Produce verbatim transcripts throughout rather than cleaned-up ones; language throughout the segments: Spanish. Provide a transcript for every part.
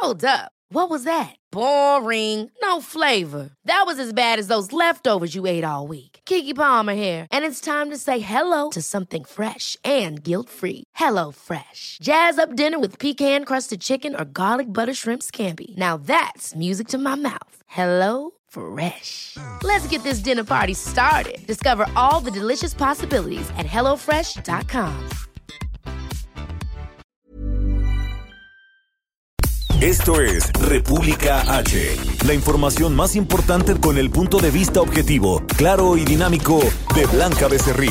Hold up. What was that? Boring. No flavor. That was as bad as those leftovers you ate all week. Keke Palmer here, and it's time to say hello to something fresh and guilt-free. Hello Fresh. Jazz up dinner with pecan-crusted chicken or garlic butter shrimp scampi. Now that's music to my mouth. Hello Fresh. Let's get this dinner party started. Discover all the delicious possibilities at hello fresh dot com. Esto es República H, la información más importante con el punto de vista objetivo, claro y dinámico de Blanca Becerril.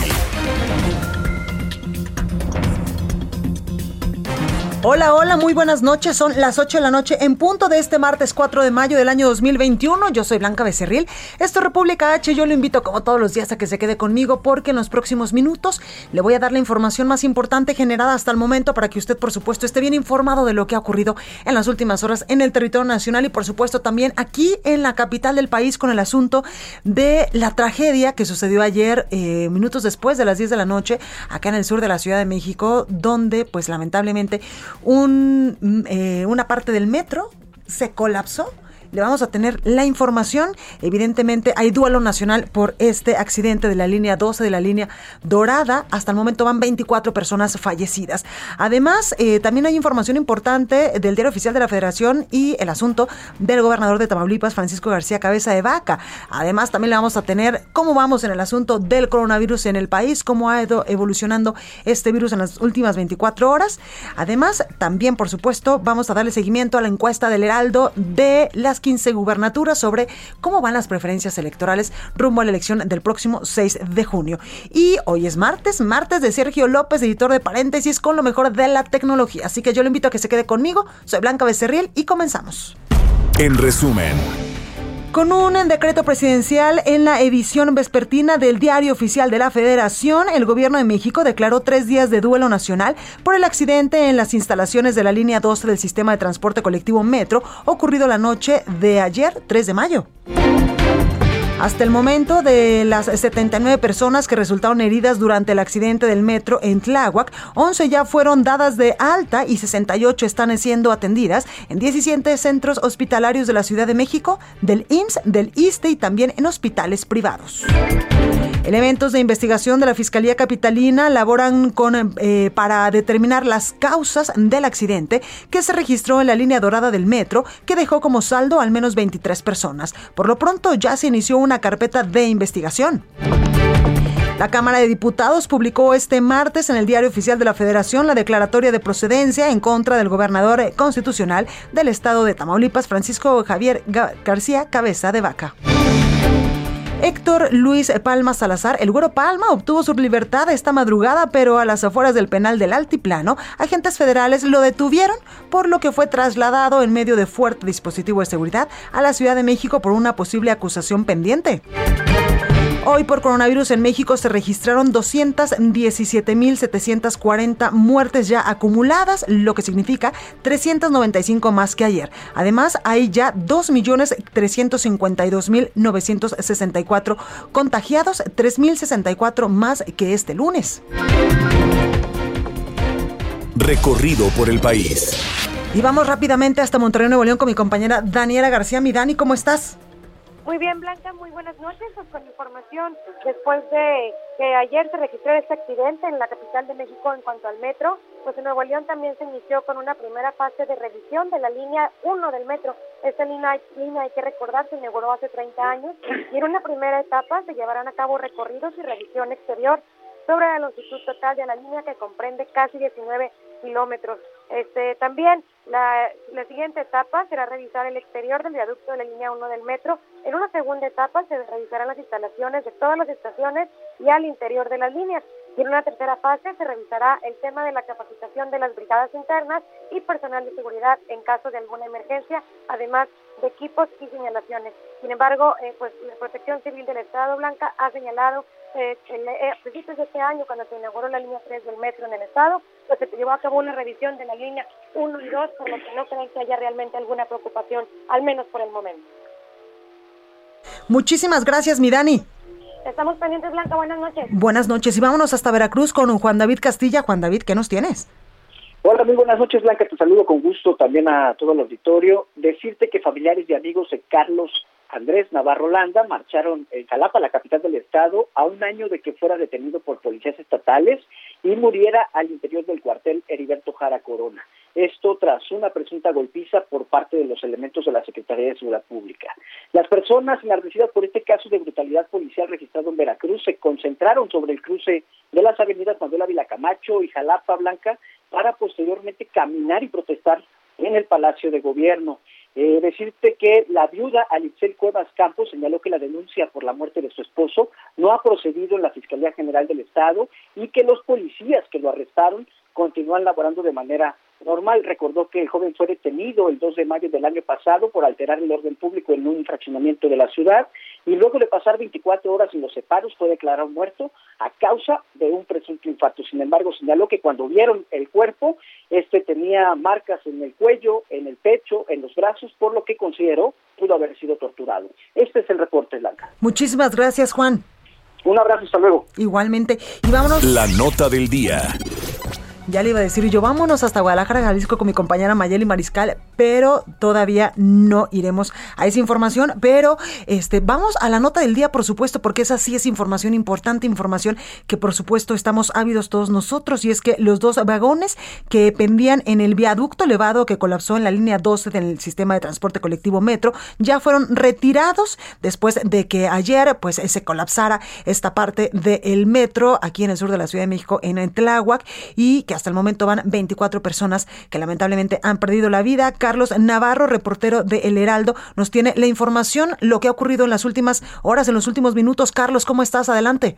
Hola, hola, muy buenas noches. Son las ocho de la noche en punto de este martes cuatro de mayo del año dos mil veintiuno. Yo soy Blanca Becerril. Esto es República H. Yo lo invito como todos los días a que se quede conmigo porque en los próximos minutos le voy a dar la información más importante generada hasta el momento para que usted, por supuesto, esté bien informado de lo que ha ocurrido en las últimas horas en el territorio nacional y, por supuesto, también aquí en la capital del país con el asunto de la tragedia que sucedió ayer, eh, minutos después de las diez de la noche, acá en el sur de la Ciudad de México, donde, pues, lamentablemente, Un, eh, una parte del metro se colapsó. Le vamos a tener la información. Evidentemente hay duelo nacional por este accidente de la línea doce de la línea dorada. Hasta el momento van veinticuatro personas fallecidas. Además, eh, también hay información importante del Diario Oficial de la Federación y el asunto del gobernador de Tamaulipas, Francisco García Cabeza de Vaca. Además, también le vamos a tener cómo vamos en el asunto del coronavirus en el país, cómo ha ido evolucionando este virus en las últimas veinticuatro horas. Además, también, por supuesto, vamos a darle seguimiento a la encuesta del Heraldo de las quince gubernaturas sobre cómo van las preferencias electorales rumbo a la elección del próximo seis de junio. Y hoy es martes, martes de Sergio López, editor de Paréntesis, con lo mejor de la tecnología. Así que yo le invito a que se quede conmigo. Soy Blanca Becerril y comenzamos. En resumen, con un decreto presidencial en la edición vespertina del Diario Oficial de la Federación, el Gobierno de México declaró tres días de duelo nacional por el accidente en las instalaciones de la línea doce del sistema de transporte colectivo Metro, ocurrido la noche de ayer, tres de mayo. Hasta el momento, de las setenta y nueve personas que resultaron heridas durante el accidente del metro en Tláhuac, once ya fueron dadas de alta y sesenta y ocho están siendo atendidas en diecisiete centros hospitalarios de la Ciudad de México, del I M S S, del ISSSTE y también en hospitales privados. Elementos de investigación de la Fiscalía Capitalina laboran con, eh, para determinar las causas del accidente que se registró en la línea dorada del metro, que dejó como saldo al menos veintitrés personas. Por lo pronto, ya se inició una carpeta de investigación. La Cámara de Diputados publicó este martes en el Diario Oficial de la Federación la declaratoria de procedencia en contra del gobernador constitucional del estado de Tamaulipas, Francisco Javier García Cabeza de Vaca. Héctor Luis Palma Salazar, el Güero Palma, obtuvo su libertad esta madrugada, pero a las afueras del penal del Altiplano, agentes federales lo detuvieron, por lo que fue trasladado en medio de fuerte dispositivo de seguridad a la Ciudad de México por una posible acusación pendiente. Hoy por coronavirus en México se registraron doscientas diecisiete mil setecientas cuarenta muertes ya acumuladas, lo que significa trescientas noventa y cinco más que ayer. Además, hay ya dos millones trescientos cincuenta y dos mil novecientos sesenta y cuatro contagiados, tres mil sesenta y cuatro más que este lunes. Recorrido por el país. Y vamos rápidamente hasta Monterrey, Nuevo León, con mi compañera Daniela García. Mi Dani, ¿cómo estás? Muy bien, Blanca, muy buenas noches. Pues con información, después de que ayer se registró este accidente en la capital de México en cuanto al metro, pues en Nuevo León también se inició con una primera fase de revisión de la línea uno del metro. Esta línea, línea hay que recordar, se inauguró hace treinta años y en una primera etapa se llevarán a cabo recorridos y revisión exterior sobre la longitud total de la línea, que comprende casi diecinueve kilómetros. Este, también la, la siguiente etapa será revisar el exterior del viaducto de la línea uno del metro. En una segunda etapa se revisarán las instalaciones de todas las estaciones y al interior de las líneas. Y en una tercera fase se revisará el tema de la capacitación de las brigadas internas y personal de seguridad en caso de alguna emergencia, además de equipos y señalaciones. Sin embargo, eh, pues la Protección Civil del Estado, Blanca, ha señalado eh, el, eh, a principios de este año, cuando se inauguró la línea tres del metro en el Estado, pues se llevó a cabo una revisión de la línea uno y dos, por lo que no creen que haya realmente alguna preocupación, al menos por el momento. Muchísimas gracias, mi Dani. Estamos pendientes, Blanca. Buenas noches. Buenas noches. Y vámonos hasta Veracruz con Juan David Castilla. Juan David, ¿qué nos tienes? Hola, muy buenas noches, Blanca, te saludo con gusto también a todo el auditorio. Decirte que familiares y amigos de Carlos Andrés Navarro Landa marcharon en Jalapa, la capital del estado, a un año de que fuera detenido por policías estatales y muriera al interior del cuartel Heriberto Jara Corona. Esto tras una presunta golpiza por parte de los elementos de la Secretaría de Seguridad Pública. Las personas enardecidas por este caso de brutalidad policial registrado en Veracruz se concentraron sobre el cruce de las avenidas Manuel Ávila Camacho y Jalapa, Blanca, para posteriormente caminar y protestar en el Palacio de Gobierno. Eh, decirte que la viuda Alitzel Cuevas Campos señaló que la denuncia por la muerte de su esposo no ha procedido en la Fiscalía General del Estado y que los policías que lo arrestaron continúan laborando de manera normal. Recordó que el joven fue detenido el dos de mayo del año pasado por alterar el orden público en un fraccionamiento de la ciudad y luego de pasar veinticuatro horas en los separos fue declarado muerto a causa de un presunto infarto. Sin embargo, señaló que cuando vieron el cuerpo, este tenía marcas en el cuello, en el pecho, en los brazos, por lo que consideró pudo haber sido torturado. Este es el reporte, Blanca. Muchísimas gracias, Juan. Un abrazo, hasta luego. Igualmente. Y vámonos. La nota del día. Ya le iba a decir yo, vámonos hasta Guadalajara, Jalisco con mi compañera Mayeli Mariscal, pero todavía no iremos a esa información, pero este vamos a la nota del día, por supuesto, porque esa sí es información importante, información que por supuesto estamos ávidos todos nosotros, y es que los dos vagones que pendían en el viaducto elevado que colapsó en la línea doce del sistema de transporte colectivo Metro ya fueron retirados después de que ayer pues se colapsara esta parte del metro aquí en el sur de la Ciudad de México, en Tláhuac, y que hasta el momento van veinticuatro personas que lamentablemente han perdido la vida. Carlos Navarro, reportero de El Heraldo, nos tiene la información, lo que ha ocurrido en las últimas horas, en los últimos minutos. Carlos, ¿cómo estás? Adelante.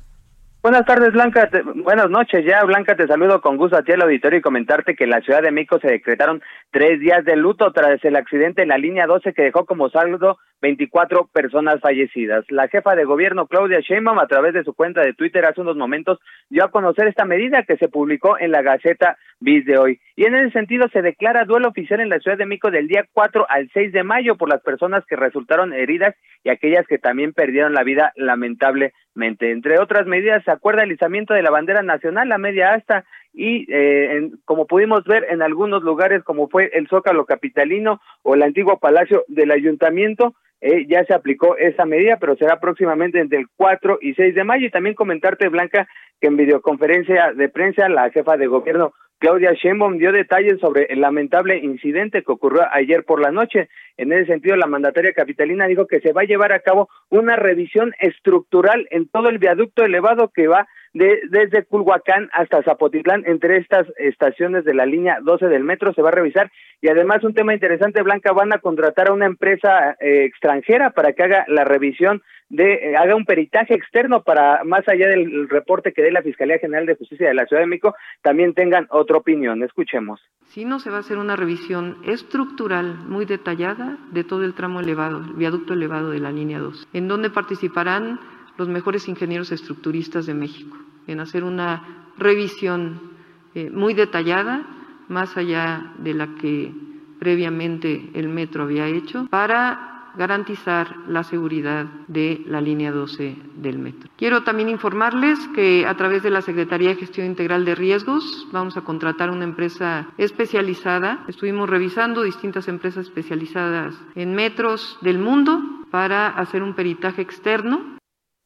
Buenas tardes, Blanca. Te, buenas noches ya, Blanca. Te saludo con gusto a ti al auditorio y comentarte que en la Ciudad de México se decretaron tres días de luto tras el accidente en la línea doce que dejó como saldo veinticuatro personas fallecidas. La jefa de gobierno, Claudia Sheinbaum, a través de su cuenta de Twitter hace unos momentos, dio a conocer esta medida que se publicó en la Gaceta Biz de hoy. Y en ese sentido se declara duelo oficial en la Ciudad de México del día cuatro al seis de mayo por las personas que resultaron heridas y aquellas que también perdieron la vida lamentablemente. Entre otras medidas, se acuerda el izamiento de la bandera nacional a media asta y eh, en, como pudimos ver en algunos lugares como fue el Zócalo capitalino o el antiguo Palacio del Ayuntamiento, Eh, ya se aplicó esa medida, pero será próximamente entre el cuatro y seis de mayo. Y también comentarte, Blanca, que en videoconferencia de prensa la jefa de gobierno, Claudia Sheinbaum, dio detalles sobre el lamentable incidente que ocurrió ayer por la noche. En ese sentido, la mandataria capitalina dijo que se va a llevar a cabo una revisión estructural en todo el viaducto elevado que va de, desde Culhuacán hasta Zapotitlán, entre estas estaciones de la línea doce del metro, se va a revisar. Y además, un tema interesante, Blanca, van a contratar a una empresa eh, extranjera para que haga la revisión, de eh, haga un peritaje externo para, más allá del reporte que dé la Fiscalía General de Justicia de la Ciudad de México, también tengan otra opinión. Escuchemos. Si no, se va a hacer una revisión estructural muy detallada de todo el tramo elevado, el viaducto elevado de la línea dos, en donde participarán los mejores ingenieros estructuristas de México, en hacer una revisión eh, muy detallada, más allá de la que previamente el metro había hecho, para garantizar la seguridad de la línea doce del metro. Quiero también informarles que a través de la Secretaría de Gestión Integral de Riesgos vamos a contratar una empresa especializada. Estuvimos revisando distintas empresas especializadas en metros del mundo para hacer un peritaje externo.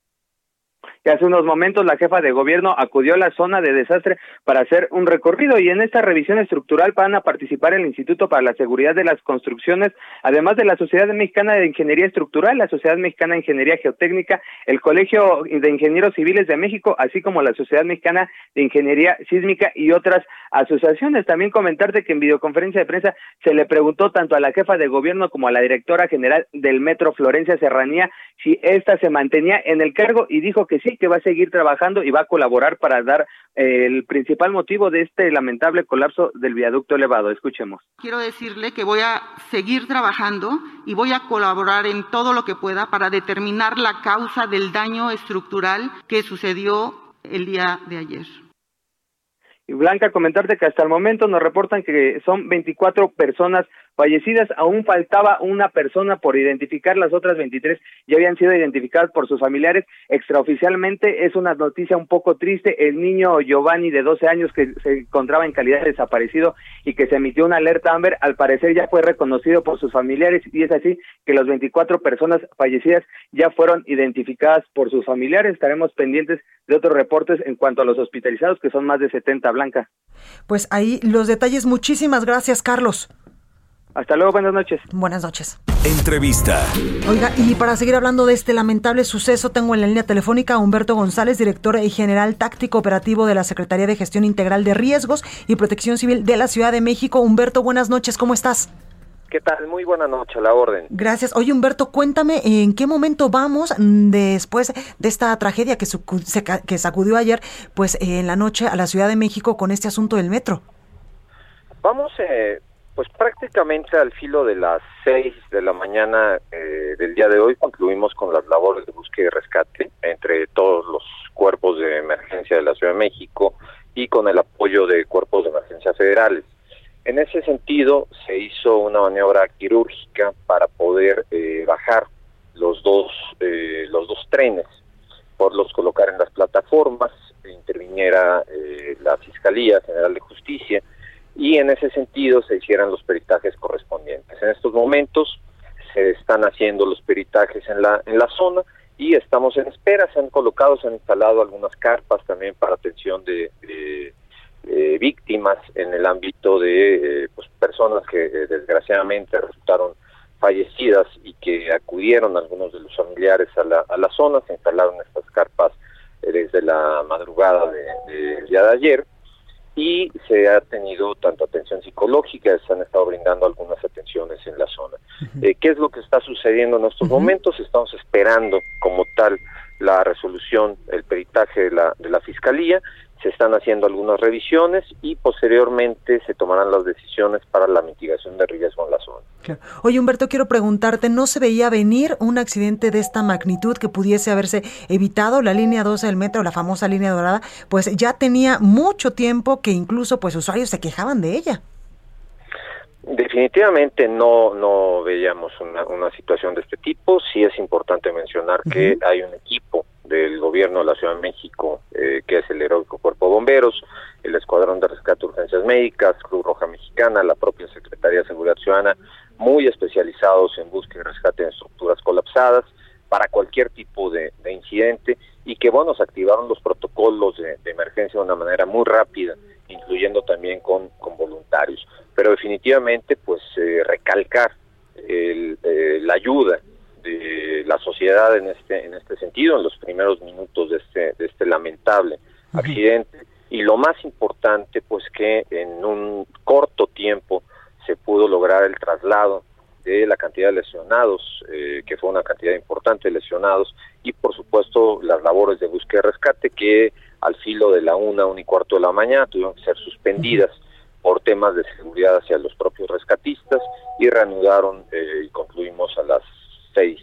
Que hace unos momentos la jefa de gobierno acudió a la zona de desastre para hacer un recorrido, y en esta revisión estructural van a participar el Instituto para la Seguridad de las Construcciones, además de la Sociedad Mexicana de Ingeniería Estructural, la Sociedad Mexicana de Ingeniería Geotécnica, el Colegio de Ingenieros Civiles de México, así como la Sociedad Mexicana de Ingeniería Sísmica y otras asociaciones. También comentarte que en videoconferencia de prensa se le preguntó tanto a la jefa de gobierno como a la directora general del Metro, Florencia Serranía, si esta se mantenía en el cargo, y dijo que sí, que va a seguir trabajando y va a colaborar para dar eh, el principal motivo de este lamentable colapso del viaducto elevado. Escuchemos. Quiero decirle que voy a seguir trabajando y voy a colaborar en todo lo que pueda para determinar la causa del daño estructural que sucedió el día de ayer. Y Blanca, comentarte que hasta el momento nos reportan que son veinticuatro personas fallecidas. Aún faltaba una persona por identificar, las otras veintitrés ya habían sido identificadas por sus familiares. Extraoficialmente es una noticia un poco triste, el niño Giovanni de doce años que se encontraba en calidad de desaparecido y que se emitió una alerta Amber, al parecer ya fue reconocido por sus familiares, y es así que las veinticuatro personas fallecidas ya fueron identificadas por sus familiares. Estaremos pendientes de otros reportes en cuanto a los hospitalizados, que son más de setenta, Blanca. Pues ahí los detalles. Muchísimas gracias, Carlos. Hasta luego, buenas noches. Buenas noches. Entrevista. Oiga, y para seguir hablando de este lamentable suceso, tengo en la línea telefónica a Humberto González, director general táctico operativo de la Secretaría de Gestión Integral de Riesgos y Protección Civil de la Ciudad de México. Humberto, buenas noches, ¿cómo estás? ¿Qué tal? Muy buena noche, a la orden. Gracias. Oye, Humberto, cuéntame, ¿en qué momento vamos después de esta tragedia que, que sacudió ayer, pues en la noche a la Ciudad de México con este asunto del metro? Vamos, eh, pues prácticamente al filo de las seis de la mañana eh, del día de hoy, concluimos con las labores de búsqueda y rescate entre todos los cuerpos de emergencia de la Ciudad de México y con el apoyo de cuerpos de emergencia federales. En ese sentido, se hizo una maniobra quirúrgica para poder eh, bajar los dos eh, los dos trenes, poderlos colocar en las plataformas, interviniera eh, la Fiscalía General de Justicia, y en ese sentido se hicieran los peritajes correspondientes. En estos momentos se están haciendo los peritajes en la en la zona y estamos en espera. Se han colocado, se han instalado algunas carpas también para atención de... de Eh, víctimas en el ámbito de eh, pues, personas que eh, desgraciadamente resultaron fallecidas y que acudieron algunos de los familiares a la, a la zona. Se instalaron estas carpas eh, desde la madrugada del de, de día de ayer y se ha tenido tanto atención psicológica, se han estado brindando algunas atenciones en la zona. Uh-huh. Eh, ¿Qué es lo que está sucediendo en estos uh-huh. momentos? Estamos esperando como tal la resolución, el peritaje de la, de la Fiscalía. Se están haciendo algunas revisiones y posteriormente se tomarán las decisiones para la mitigación de riesgo en la zona. Claro. Oye, Humberto, quiero preguntarte, ¿no se veía venir un accidente de esta magnitud que pudiese haberse evitado? La línea doce del metro, la famosa línea dorada, pues ya tenía mucho tiempo que incluso pues usuarios se quejaban de ella. Definitivamente no no veíamos una, una situación de este tipo. Sí es importante mencionar uh-huh. que hay un equipo del gobierno de la Ciudad de México, eh, que es el Heroico Cuerpo de Bomberos, el Escuadrón de Rescate de Urgencias Médicas, Cruz Roja Mexicana, la propia Secretaría de Seguridad Ciudadana, muy especializados en búsqueda y rescate de estructuras colapsadas para cualquier tipo de, de incidente, y que bueno, se activaron los protocolos de, de emergencia de una manera muy rápida, incluyendo también con, con voluntarios. Pero definitivamente, pues, eh, recalcar el, eh, la ayuda de la sociedad en este en este sentido, en los primeros minutos de este de este lamentable uh-huh. accidente, y lo más importante, pues, que en un corto tiempo se pudo lograr el traslado de la cantidad de lesionados, eh, que fue una cantidad importante de lesionados, y por supuesto las labores de búsqueda y rescate que al filo de la una, una y cuarto de la mañana tuvieron que ser suspendidas por temas de seguridad hacia los propios rescatistas, y reanudaron eh, y concluimos a las seis,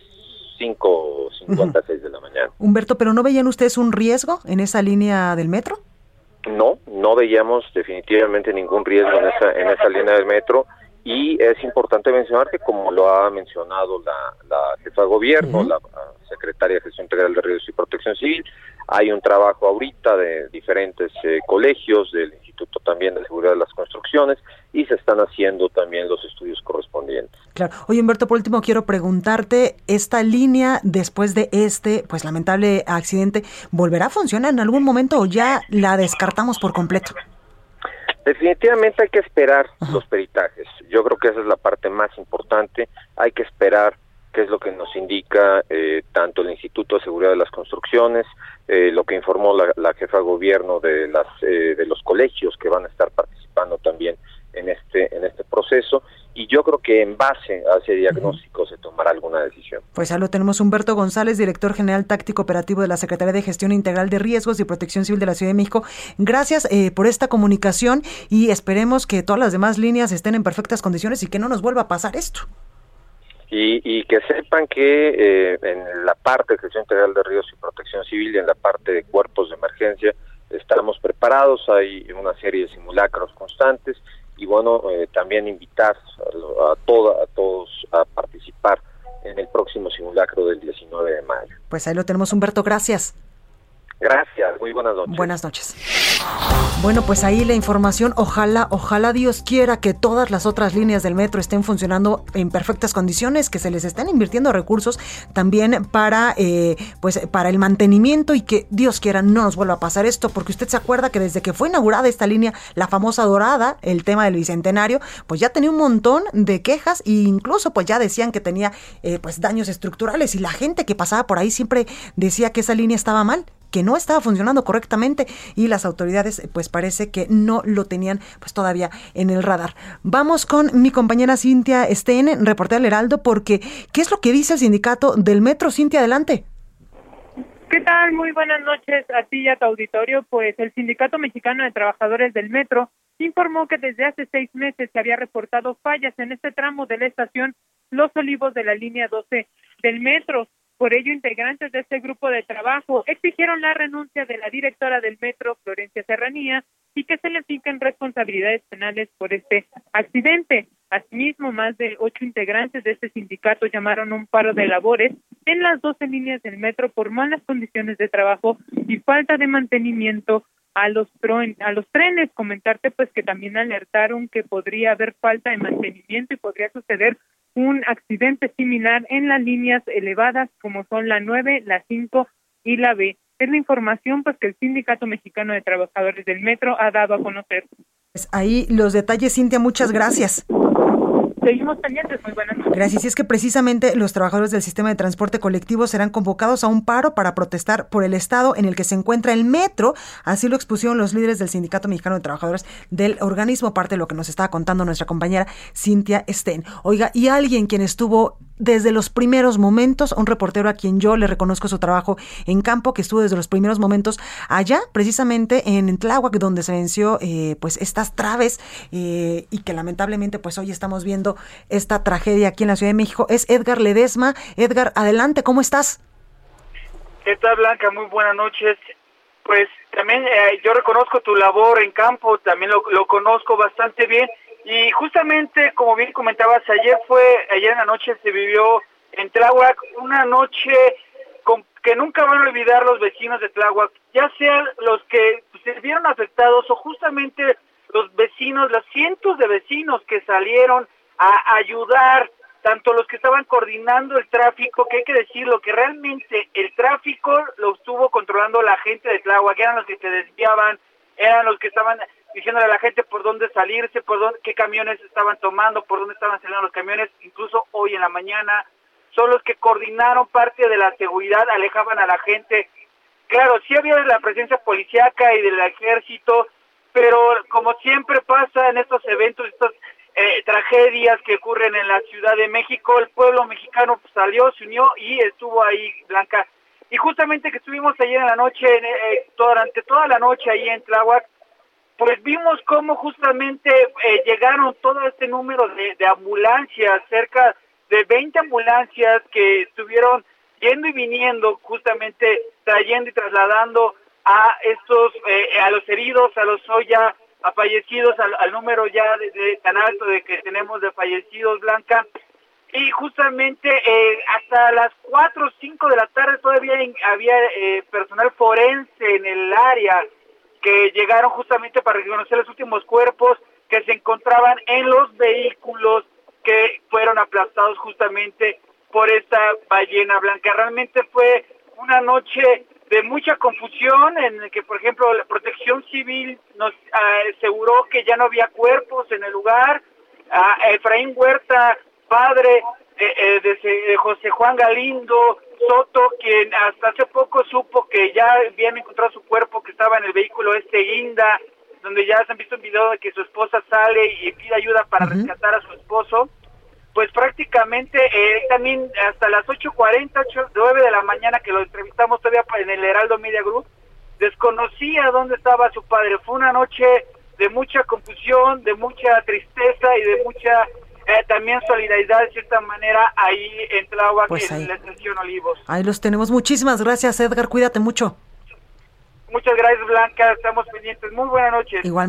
cinco cincuenta y seis uh-huh. de la mañana. Humberto, ¿pero no veían ustedes un riesgo en esa línea del metro? No, no veíamos definitivamente ningún riesgo en esa en esa línea del metro, y es importante mencionar que, como lo ha mencionado la, la jefa de gobierno, uh-huh. la, la secretaria de Gestión Integral de Riesgos y Protección Civil, hay un trabajo ahorita de diferentes eh, colegios, del Instituto también de Seguridad de las Construcciones, y se están haciendo también los estudios correspondientes. Claro. Oye, Humberto, por último quiero preguntarte, ¿esta línea, después de este pues lamentable accidente, volverá a funcionar en algún momento o ya la descartamos por completo? Definitivamente hay que esperar Ajá. los peritajes. Yo creo que esa es la parte más importante. Hay que esperar qué es lo que nos indica eh, tanto el Instituto de Seguridad de las Construcciones, eh, lo que informó la, la jefa de gobierno de las eh, de los colegios que van a estar participando también en este en este proceso, y yo creo que en base a ese diagnóstico uh-huh. se tomará alguna decisión. Pues ya lo tenemos. Humberto González, director general táctico operativo de la Secretaría de Gestión Integral de Riesgos y Protección Civil de la Ciudad de México. Gracias eh, por esta comunicación, y esperemos que todas las demás líneas estén en perfectas condiciones y que no nos vuelva a pasar esto. Y, y que sepan que eh, en la parte de Gestión Integral de Riesgos y Protección Civil y en la parte de cuerpos de emergencia estamos preparados. Hay una serie de simulacros constantes, y bueno, eh, también invitar a, a, toda, a todos a participar en el próximo simulacro del diecinueve de mayo. Pues ahí lo tenemos, Humberto, gracias. Gracias, muy buenas noches. Buenas noches. Bueno, pues ahí la información. Ojalá, ojalá Dios quiera que todas las otras líneas del metro estén funcionando en perfectas condiciones, que se les estén invirtiendo recursos también para, eh, pues, para el mantenimiento y que Dios quiera no nos vuelva a pasar esto, porque usted se acuerda que desde que fue inaugurada esta línea, la famosa dorada, el tema del Bicentenario, pues ya tenía un montón de quejas e incluso pues ya decían que tenía eh, pues daños estructurales y la gente que pasaba por ahí siempre decía que esa línea estaba mal, que no estaba funcionando correctamente y las autoridades pues parece que no lo tenían pues todavía en el radar. Vamos con mi compañera Cintia Steen, reportera del Heraldo, porque ¿qué es lo que dice el sindicato del metro? Cintia, adelante. ¿Qué tal? Muy buenas noches a ti y a tu auditorio. Pues el Sindicato Mexicano de Trabajadores del Metro informó que desde hace seis meses se había reportado fallas en este tramo de la estación Los Olivos de la línea doce del metro. Por ello, integrantes de este grupo de trabajo exigieron la renuncia de la directora del metro, Florencia Serranía, y que se le fijen responsabilidades penales por este accidente. Asimismo, más de ocho integrantes de este sindicato llamaron a un paro de labores en las doce líneas del metro por malas condiciones de trabajo y falta de mantenimiento a los a los trenes. Comentarte pues que también alertaron que podría haber falta de mantenimiento y podría suceder un accidente similar en las líneas elevadas como son la nueve, la cinco y la B. Es la información pues que el Sindicato Mexicano de Trabajadores del Metro ha dado a conocer. Pues ahí los detalles, Cintia, muchas gracias. Seguimos pendientes, muy buenas noches. Gracias. Y es que precisamente los trabajadores del sistema de transporte colectivo serán convocados a un paro para protestar por el estado en el que se encuentra el metro. Así lo expusieron los líderes del Sindicato Mexicano de Trabajadores del organismo, parte de lo que nos estaba contando nuestra compañera Cintia Steen. Oiga, y alguien quien estuvo desde los primeros momentos, un reportero a quien yo le reconozco su trabajo en campo, que estuvo desde los primeros momentos allá, precisamente en Tláhuac, donde se venció eh, pues estas traves eh, y que lamentablemente pues hoy estamos viendo esta tragedia aquí en la Ciudad de México, es Edgar Ledesma. Edgar, adelante, ¿cómo estás? ¿Qué tal, Blanca? Muy buenas noches. Pues también eh, yo reconozco tu labor en campo, también lo, lo conozco bastante bien. Y justamente, como bien comentabas, ayer fue, ayer en la noche se vivió en Tláhuac una noche con, que nunca van a olvidar los vecinos de Tláhuac, ya sean los que se vieron afectados o justamente los vecinos, los cientos de vecinos que salieron a ayudar, tanto los que estaban coordinando el tráfico, que hay que decirlo, que realmente el tráfico lo estuvo controlando la gente de Tláhuac, eran los que se desviaban, eran los que estaban diciéndole a la gente por dónde salirse, por dónde, qué camiones estaban tomando, por dónde estaban saliendo los camiones, incluso hoy en la mañana, son los que coordinaron parte de la seguridad, alejaban a la gente. Claro, sí había la presencia policíaca y del ejército, pero como siempre pasa en estos eventos, estas eh, tragedias que ocurren en la Ciudad de México, el pueblo mexicano salió, se unió y estuvo ahí, Blanca. Y justamente que estuvimos ayer en la noche, eh, durante toda la noche ahí en Tláhuac, pues vimos cómo justamente eh, llegaron todo este número de, de ambulancias, cerca de veinte ambulancias que estuvieron yendo y viniendo, justamente trayendo y trasladando a estos, eh, a los heridos, a los hoy ya a fallecidos, al, al número ya de, de, tan alto de que tenemos de fallecidos, Blanca. Y justamente eh, hasta las cuatro o cinco de la tarde todavía en, había eh, personal forense en el área que llegaron justamente para reconocer los últimos cuerpos que se encontraban en los vehículos que fueron aplastados justamente por esta ballena blanca. Realmente fue una noche de mucha confusión en el que, por ejemplo, la Protección Civil nos uh, aseguró que ya no había cuerpos en el lugar. Uh, Efraín Huerta, padre eh, eh, de, de José Juan Galindo Soto, quien hasta hace poco supo que ya habían encontrado su cuerpo, que estaba en el vehículo este Guinda, donde ya se han visto un video de que su esposa sale y pide ayuda para uh-huh. rescatar a su esposo. Pues prácticamente eh, también hasta las ocho cuarenta, ocho, nueve de la mañana, que lo entrevistamos todavía en el Heraldo Media Group, desconocía dónde estaba su padre. Fue una noche de mucha confusión, de mucha tristeza y de mucha eh, también solidaridad, de cierta manera, ahí en Tláhuac, pues en la estación Olivos. Ahí los tenemos. Muchísimas gracias, Edgar. Cuídate mucho. Muchas gracias, Blanca. Estamos pendientes. Muy buenas noches. Igualmente.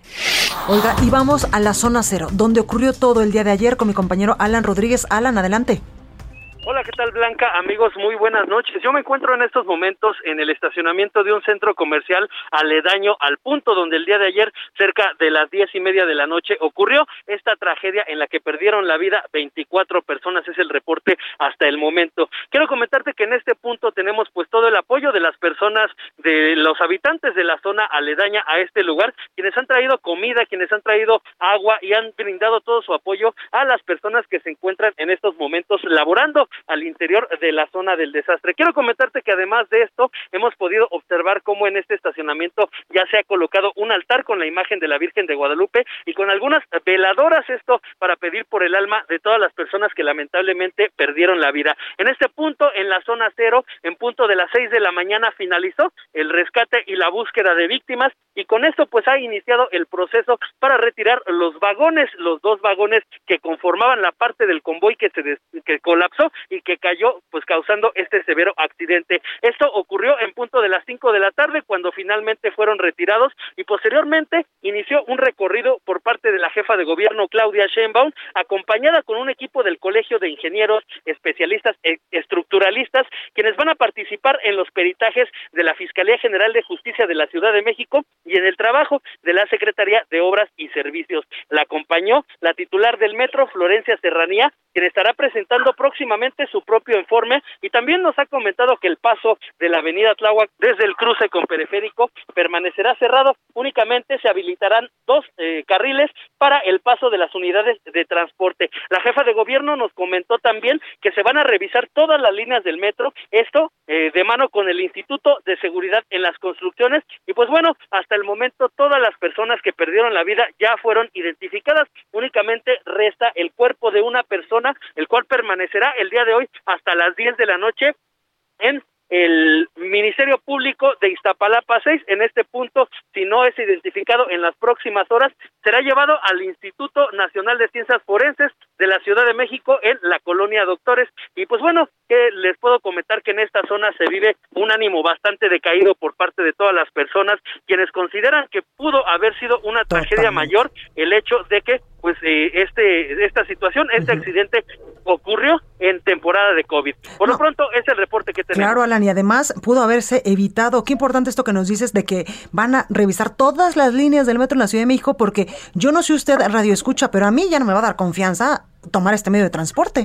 Oiga, y vamos a la zona cero, donde ocurrió todo el día de ayer con mi compañero Alan Rodríguez. Alan, adelante. Hola, ¿qué tal, Blanca? Amigos, muy buenas noches. Yo me encuentro en estos momentos en el estacionamiento de un centro comercial aledaño al punto donde el día de ayer, cerca de las diez y media de la noche, ocurrió esta tragedia en la que perdieron la vida veinticuatro personas. Es el reporte hasta el momento. Quiero comentarte que en este punto tenemos pues todo el apoyo de las personas, de los habitantes de la zona aledaña a este lugar, quienes han traído comida, quienes han traído agua y han brindado todo su apoyo a las personas que se encuentran en estos momentos laborando al interior de la zona del desastre. Quiero comentarte que además de esto, hemos podido observar cómo en este estacionamiento ya se ha colocado un altar con la imagen de la Virgen de Guadalupe y con algunas veladoras, esto para pedir por el alma de todas las personas que lamentablemente perdieron la vida. En este punto, en la zona cero, en punto de las seis de la mañana, finalizó el rescate y la búsqueda de víctimas, y con esto pues ha iniciado el proceso para retirar los vagones, los dos vagones que conformaban la parte del convoy que se des- que colapsó y que cayó, pues causando este severo accidente. Esto ocurrió en punto de las cinco de la tarde, cuando finalmente fueron retirados, y posteriormente inició un recorrido por parte de la jefa de gobierno, Claudia Sheinbaum, acompañada con un equipo del Colegio de Ingenieros Especialistas e Estructuralistas, quienes van a participar en los peritajes de la Fiscalía General de Justicia de la Ciudad de México y en el trabajo de la Secretaría de Obras y Servicios. La acompañó la titular del metro, Florencia Serranía, quien estará presentando próximamente su propio informe, y también nos ha comentado que el paso de la avenida Tláhuac desde el cruce con Periférico permanecerá cerrado. Únicamente se habilitarán dos eh, carriles para el paso de las unidades de transporte. La jefa de gobierno nos comentó también que se van a revisar todas las líneas del metro, esto eh, de mano con el Instituto de Seguridad en las Construcciones, y pues bueno, hasta el momento todas las personas que perdieron la vida ya fueron identificadas. Únicamente resta el cuerpo de una persona, el cual permanecerá el día de hoy hasta las diez de la noche en el Ministerio Público de Iztapalapa seis. En este punto, si no es identificado en las próximas horas, será llevado al Instituto Nacional de Ciencias Forenses de la Ciudad de México en la colonia Doctores. Y pues bueno, que les puedo comentar que en esta zona se vive un ánimo bastante decaído por parte de todas las personas, quienes consideran que pudo haber sido una Totalmente. tragedia mayor el hecho de que pues eh, este esta situación, este uh-huh. accidente ocurrió en temporada de COVID. Por no. lo pronto, es el reporte que tenemos. Claro, Alan, y además pudo haberse evitado. Qué importante esto que nos dices de que van a revisar todas las líneas del metro en la Ciudad de México, porque yo no sé usted radio escucha, pero a mí ya no me va a dar confianza tomar este medio de transporte.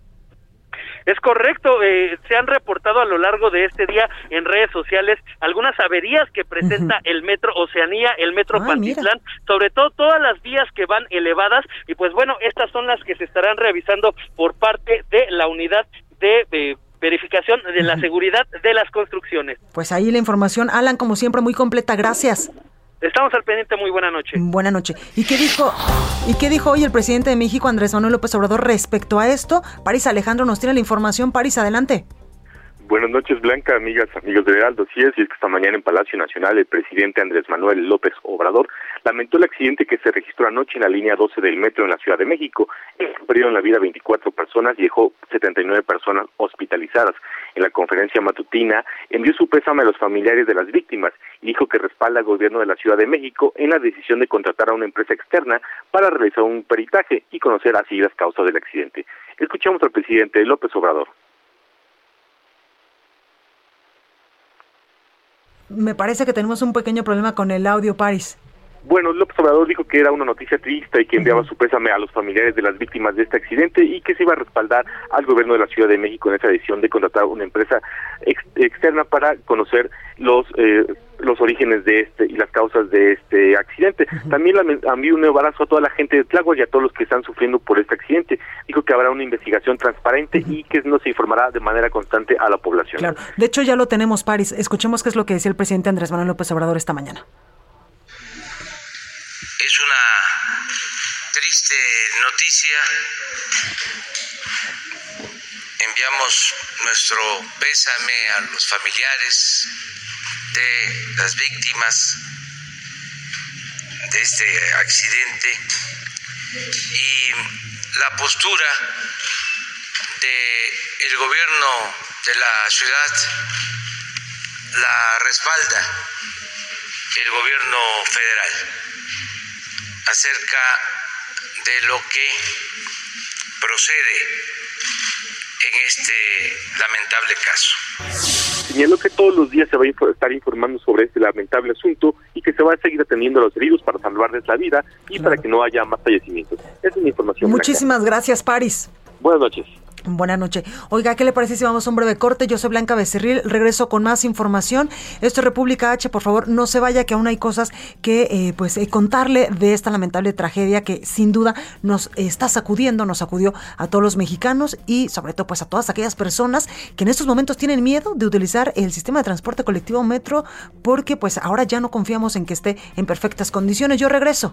Es correcto, eh, se han reportado a lo largo de este día en redes sociales algunas averías que presenta uh-huh. el metro Oceanía, el metro ah, Pantitlán, mira. sobre todo todas las vías que van elevadas, y pues bueno, estas son las que se estarán revisando por parte de la unidad de eh, verificación de la seguridad de las construcciones. Pues ahí la información, Alan, como siempre, muy completa, gracias. Estamos al pendiente, muy buena noche. Buena noche. ¿Y qué dijo y qué dijo hoy el presidente de México, Andrés Manuel López Obrador, respecto a esto? París Alejandro nos tiene la información. París, adelante. Buenas noches, Blanca, amigas, amigos de Heraldo. Sí es, y es que esta mañana en Palacio Nacional el presidente Andrés Manuel López Obrador lamentó el accidente que se registró anoche en la línea doce del metro en la Ciudad de México. Perdieron la vida veinticuatro personas y dejó setenta y nueve personas hospitalizadas. En la conferencia matutina envió su pésame a los familiares de las víctimas y dijo que respalda al gobierno de la Ciudad de México en la decisión de contratar a una empresa externa para realizar un peritaje y conocer así las causas del accidente. Escuchamos al presidente López Obrador. Me parece que tenemos un pequeño problema con el audio, París. Bueno, López Obrador dijo que era una noticia triste y que enviaba su pésame a los familiares de las víctimas de este accidente y que se iba a respaldar al gobierno de la Ciudad de México en esa decisión de contratar una empresa ex- externa para conocer los eh, los orígenes de este y las causas de este accidente. Uh-huh. También envió un abrazo a toda la gente de Tláhuac y a todos los que están sufriendo por este accidente. Dijo que habrá una investigación transparente uh-huh. y que no se informará de manera constante a la población. Claro, de hecho ya lo tenemos, París. Escuchemos qué es lo que decía el presidente Andrés Manuel López Obrador esta mañana. Es una triste noticia. Enviamos nuestro pésame a los familiares de las víctimas de este accidente y la postura del gobierno de la ciudad la respalda el gobierno federal. acerca de lo que procede en este lamentable caso. Señaló que todos los días se va a estar informando sobre este lamentable asunto y que se va a seguir atendiendo a los heridos para salvarles la vida y claro, para que no haya más fallecimientos. Esa es mi información. Muchísimas Blanca. Gracias, Paris. Buenas noches. Buenas noches. Oiga, ¿qué le parece si vamos a un breve corte? Yo soy Blanca Becerril, regreso con más información. Esto es República H, por favor, no se vaya, que aún hay cosas que eh, pues eh, contarle de esta lamentable tragedia que sin duda nos está sacudiendo, nos sacudió a todos los mexicanos y sobre todo pues a todas aquellas personas que en estos momentos tienen miedo de utilizar el sistema de transporte colectivo metro porque pues ahora ya no confiamos en que esté en perfectas condiciones. Yo regreso.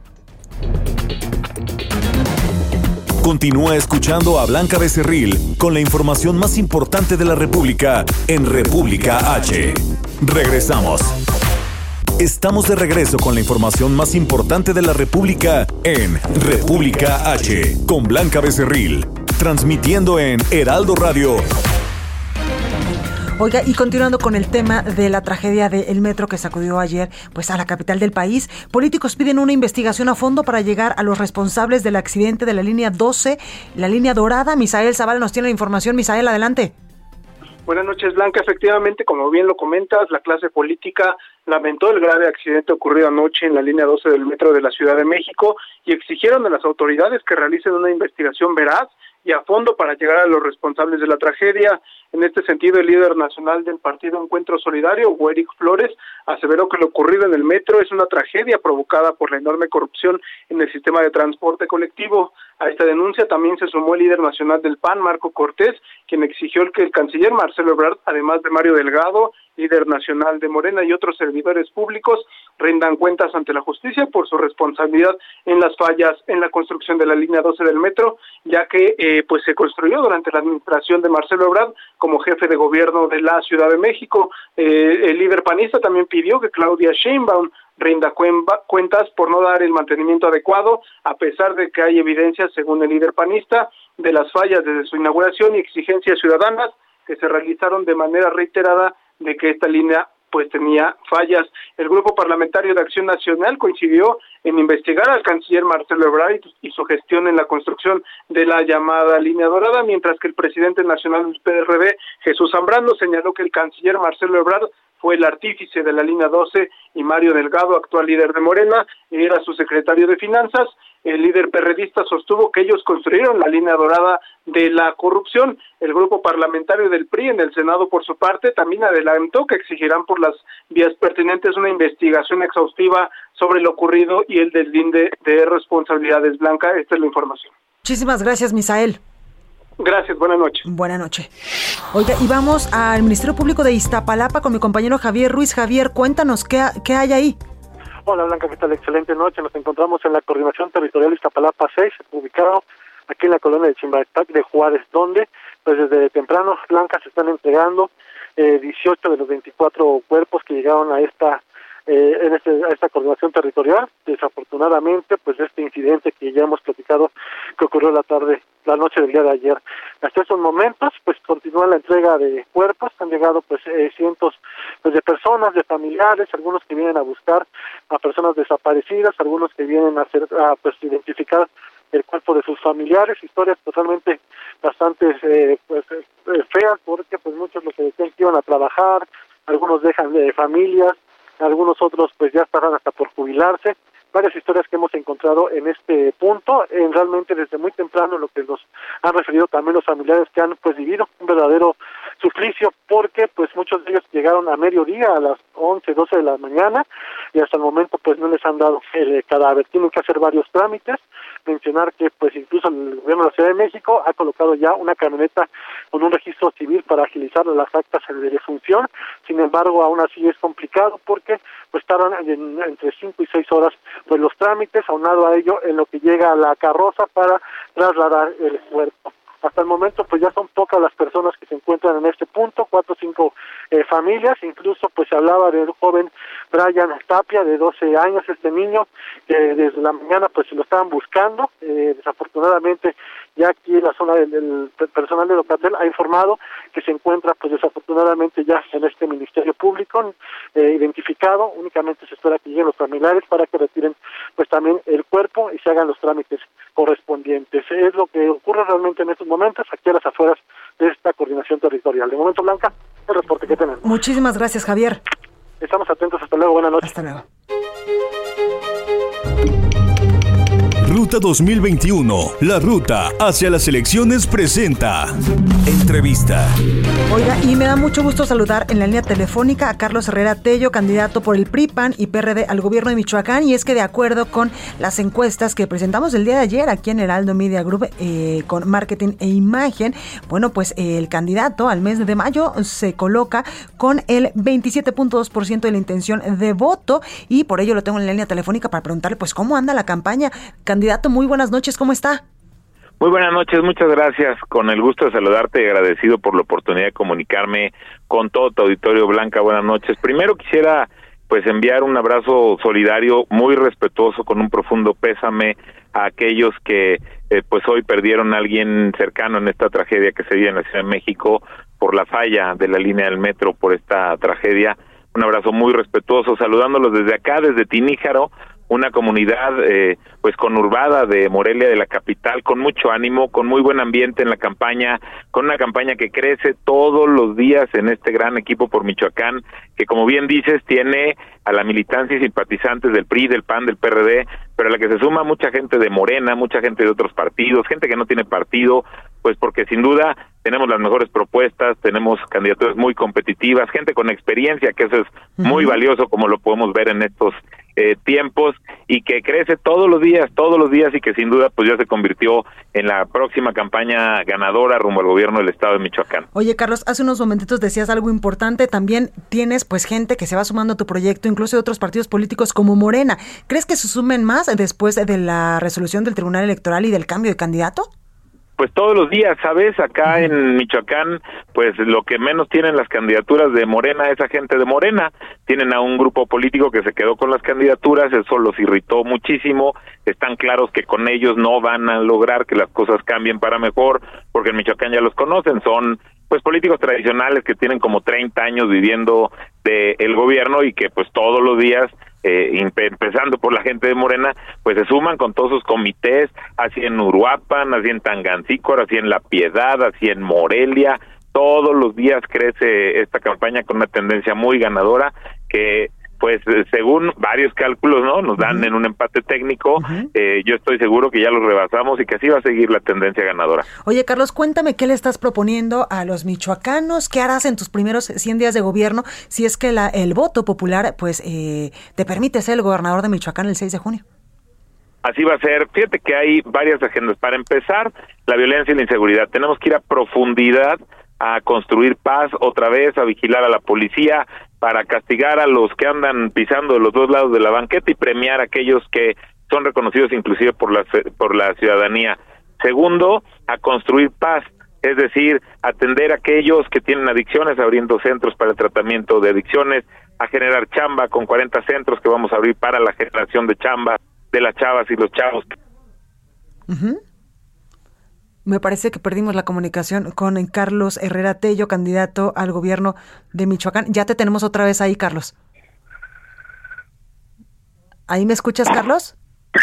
Continúa escuchando a Blanca Becerril con la información más importante de la República en República H. Regresamos. Estamos de regreso con la información más importante de la República en República H con Blanca Becerril, transmitiendo en Heraldo Radio. Oiga, y continuando con el tema de la tragedia del metro que sacudió ayer pues a la capital del país, políticos piden una investigación a fondo para llegar a los responsables del accidente de la línea doce, la línea dorada. Misael Zavala nos tiene la información. Misael, adelante. Buenas noches, Blanca. Efectivamente, como bien lo comentas, la clase política lamentó el grave accidente ocurrido anoche en la línea doce del metro de la Ciudad de México y exigieron a las autoridades que realicen una investigación veraz y a fondo para llegar a los responsables de la tragedia. En este sentido, el líder nacional del partido Encuentro Solidario, Hugo Flores, aseveró que lo ocurrido en el metro es una tragedia provocada por la enorme corrupción en el sistema de transporte colectivo. A esta denuncia también se sumó el líder nacional del P A N, Marco Cortés, quien exigió que el canciller Marcelo Ebrard, además de Mario Delgado, líder nacional de Morena, y otros servidores públicos, rindan cuentas ante la justicia por su responsabilidad en las fallas en la construcción de la línea doce del metro, ya que eh, pues se construyó durante la administración de Marcelo Ebrard como jefe de gobierno de la Ciudad de México. Eh, el líder panista también pidió que Claudia Sheinbaum rinda cuentas por no dar el mantenimiento adecuado, a pesar de que hay evidencias, según el líder panista, de las fallas desde su inauguración y exigencias ciudadanas que se realizaron de manera reiterada de que esta línea pues tenía fallas. El Grupo Parlamentario de Acción Nacional coincidió en investigar al canciller Marcelo Ebrard y su gestión en la construcción de la llamada línea dorada, mientras que el presidente nacional del P R D, Jesús Zambrano, señaló que el canciller Marcelo Ebrard fue el artífice de la línea doce y Mario Delgado, actual líder de Morena, era su secretario de Finanzas. El líder perredista sostuvo que ellos construyeron la línea dorada de la corrupción. El grupo parlamentario del P R I en el Senado, por su parte, también adelantó que exigirán por las vías pertinentes una investigación exhaustiva sobre lo ocurrido y el deslinde de responsabilidades. Blanca, esta es la información. Muchísimas gracias, Misael. Gracias, buenas noches. Buenas noches. Oiga, y vamos al Ministerio Público de Iztapalapa con mi compañero Javier Ruiz. Javier, cuéntanos, ¿qué, qué hay ahí? Hola, Blanca, ¿qué tal? Excelente noche. Nos encontramos en la Coordinación Territorial Iztapalapa seis, ubicado aquí en la colonia de Chimbaitac de Juárez, donde pues desde temprano, Blanca, se están entregando eh, dieciocho de los veinticuatro cuerpos que llegaron a esta Eh, en este, a esta coordinación territorial. Desafortunadamente, pues este incidente que ya hemos platicado que ocurrió la tarde, la noche del día de ayer. Hasta estos momentos, pues continúa la entrega de cuerpos. Han llegado pues eh, cientos pues, de personas, de familiares, algunos que vienen a buscar a personas desaparecidas, algunos que vienen a hacer, a pues identificar el cuerpo de sus familiares. Historias totalmente bastante eh, pues eh, feas, porque pues muchos lo que decían que iban a trabajar, algunos dejan de familias, algunos otros pues ya estarán hasta por jubilarse. Varias historias que hemos encontrado en este punto, en realmente desde muy temprano, lo que nos han referido también los familiares que han pues vivido un verdadero suplicio, porque pues muchos de ellos llegaron a mediodía, a las once, doce de la mañana, y hasta el momento pues no les han dado el cadáver. Tienen que hacer varios trámites. Mencionar que pues incluso el gobierno de la Ciudad de México ha colocado ya una camioneta con un registro civil para agilizar las actas de defunción. Sin embargo, aún así es complicado porque pues tardan en, entre cinco y seis horas pues los trámites, aunado a ello en lo que llega a la carroza para trasladar el cuerpo. Hasta el momento pues ya son pocas las personas que se encuentran en este punto, cuatro o cinco eh, familias. Incluso pues se hablaba del joven Brian Tapia, de doce años, este niño que desde la mañana pues se lo estaban buscando. Eh, desafortunadamente ya aquí en la zona del, del personal de Locatel ha informado que se encuentra pues desafortunadamente ya en este Ministerio Público eh, identificado. Únicamente se espera que lleguen los familiares para que retiren pues pues también el cuerpo y se hagan los trámites correspondientes. Es lo que ocurre realmente en estos momentos aquí a las afueras de esta coordinación territorial. De momento, Blanca, el reporte que tenemos. Muchísimas gracias, Javier. Estamos atentos. Hasta luego. Buenas noches. Hasta luego. Ruta dos mil veintiuno, la ruta hacia las elecciones presenta entrevista. Oiga, y me da mucho gusto saludar en la línea telefónica a Carlos Herrera Tello, candidato por el P R I, P A N y P R D al gobierno de Michoacán. Y es que de acuerdo con las encuestas que presentamos el día de ayer aquí en Heraldo Media Group eh, con marketing e imagen, bueno, pues eh, el candidato al mes de mayo se coloca con el veintisiete punto dos por ciento de la intención de voto, y por ello lo tengo en la línea telefónica para preguntarle pues cómo anda la campaña. Candidato, muy buenas noches, ¿cómo está? Muy buenas noches, muchas gracias. Con el gusto de saludarte y agradecido por la oportunidad de comunicarme con todo tu auditorio. Blanca, buenas noches. Primero quisiera pues enviar un abrazo solidario, muy respetuoso, con un profundo pésame a aquellos que eh, pues hoy perdieron a alguien cercano en esta tragedia que se vive en la Ciudad de México por la falla de la línea del metro, por esta tragedia. Un abrazo muy respetuoso, saludándolos desde acá, desde Tiníjaro, una comunidad eh, pues conurbada de Morelia, de la capital, con mucho ánimo, con muy buen ambiente en la campaña, con una campaña que crece todos los días en este gran equipo por Michoacán, que como bien dices tiene a la militancia y simpatizantes del P R I, del P A N, del P R D, pero a la que se suma mucha gente de Morena, mucha gente de otros partidos, gente que no tiene partido, pues porque sin duda tenemos las mejores propuestas, tenemos candidaturas muy competitivas, gente con experiencia, que eso es muy uh-huh. valioso, como lo podemos ver en estos eh, tiempos, y que crece todos los días, todos los días, y que sin duda pues ya se convirtió en la próxima campaña ganadora rumbo al gobierno del estado de Michoacán. Oye, Carlos, hace unos momentitos decías algo importante, también tienes pues gente que se va sumando a tu proyecto, incluso de otros partidos políticos como Morena. ¿Crees que se sumen más después de la resolución del Tribunal Electoral y del cambio de candidato? Pues todos los días, ¿sabes? Acá en Michoacán, pues lo que menos tienen las candidaturas de Morena es a gente de Morena. Tienen a un grupo político que se quedó con las candidaturas, eso los irritó muchísimo. Están claros que con ellos no van a lograr que las cosas cambien para mejor, porque en Michoacán ya los conocen, son pues políticos tradicionales que tienen como treinta años viviendo de el gobierno y que pues todos los días Eh, empezando por la gente de Morena, pues se suman con todos sus comités, así en Uruapan, así en Tangancícuaro, así en La Piedad, así en Morelia. Todos los días crece esta campaña con una tendencia muy ganadora que pues según varios cálculos, ¿no? Nos dan uh-huh. en un empate técnico. Uh-huh. Eh, yo estoy seguro que ya los rebasamos y que así va a seguir la tendencia ganadora. Oye, Carlos, cuéntame qué le estás proponiendo a los michoacanos, qué harás en tus primeros cien días de gobierno si es que la, el voto popular pues eh, te permite ser el gobernador de Michoacán el seis de junio. Así va a ser. Fíjate que hay varias agendas. Para empezar, la violencia y la inseguridad. Tenemos que ir a profundidad a construir paz otra vez, a vigilar a la policía, para castigar a los que andan pisando de los dos lados de la banqueta y premiar a aquellos que son reconocidos inclusive por la por la ciudadanía. Segundo, a construir paz, es decir, atender a aquellos que tienen adicciones, abriendo centros para el tratamiento de adicciones, a generar chamba con cuarenta centros que vamos a abrir para la generación de chamba de las chavas y los chavos. Uh-huh. Me parece que perdimos la comunicación con Carlos Herrera Tello, candidato al gobierno de Michoacán. Ya te tenemos otra vez ahí, Carlos. ¿Ahí me escuchas, Carlos?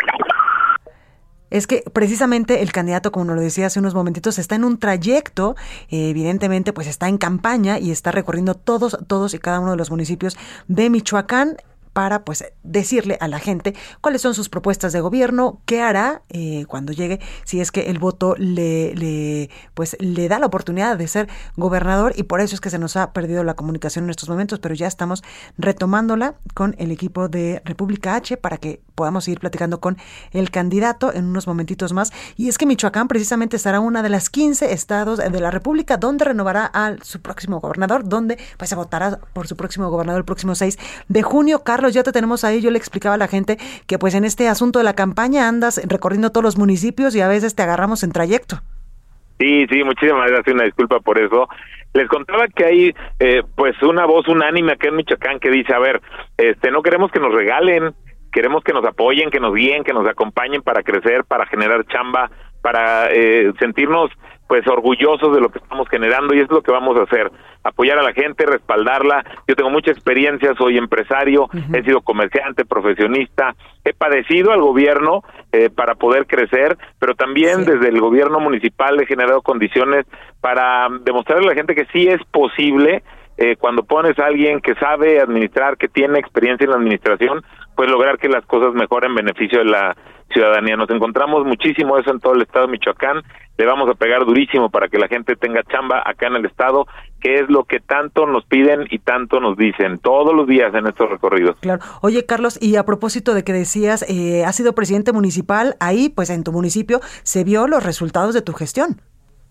Es que precisamente el candidato, como nos lo decía hace unos momentitos, está en un trayecto, eh, evidentemente pues está en campaña y está recorriendo todos, todos y cada uno de los municipios de Michoacán para pues decirle a la gente cuáles son sus propuestas de gobierno, qué hará eh, cuando llegue, si es que el voto le, le pues le da la oportunidad de ser gobernador, y por eso es que se nos ha perdido la comunicación en estos momentos, pero ya estamos retomándola con el equipo de República H para que podamos seguir platicando con el candidato en unos momentitos más. Y es que Michoacán precisamente estará una de las quince estados de la República donde renovará a su próximo gobernador, donde pues se votará por su próximo gobernador el próximo seis de junio. Carlos, ya te tenemos ahí. Yo le explicaba a la gente que pues en este asunto de la campaña andas recorriendo todos los municipios y a veces te agarramos en trayecto. Sí, sí, muchísimas gracias, una disculpa por eso. Les contaba que hay eh, pues una voz unánime acá en Michoacán que dice, a ver, este no queremos que nos regalen, queremos que nos apoyen, que nos guíen, que nos acompañen para crecer, para generar chamba, para eh, sentirnos pues orgullosos de lo que estamos generando, y es lo que vamos a hacer, apoyar a la gente, respaldarla. Yo tengo mucha experiencia, soy empresario, uh-huh. he sido comerciante, profesionista, he padecido al gobierno eh, para poder crecer, pero también sí. desde el gobierno municipal he generado condiciones para demostrarle a la gente que sí es posible, eh, cuando pones a alguien que sabe administrar, que tiene experiencia en la administración, pues lograr que las cosas mejoren en beneficio de la ciudadanía. Nos encontramos muchísimo eso en todo el estado de Michoacán, le vamos a pegar durísimo para que la gente tenga chamba acá en el estado, que es lo que tanto nos piden y tanto nos dicen todos los días en estos recorridos. Claro. Oye, Carlos, y a propósito de que decías, eh, has sido presidente municipal, ahí pues en tu municipio se vio los resultados de tu gestión.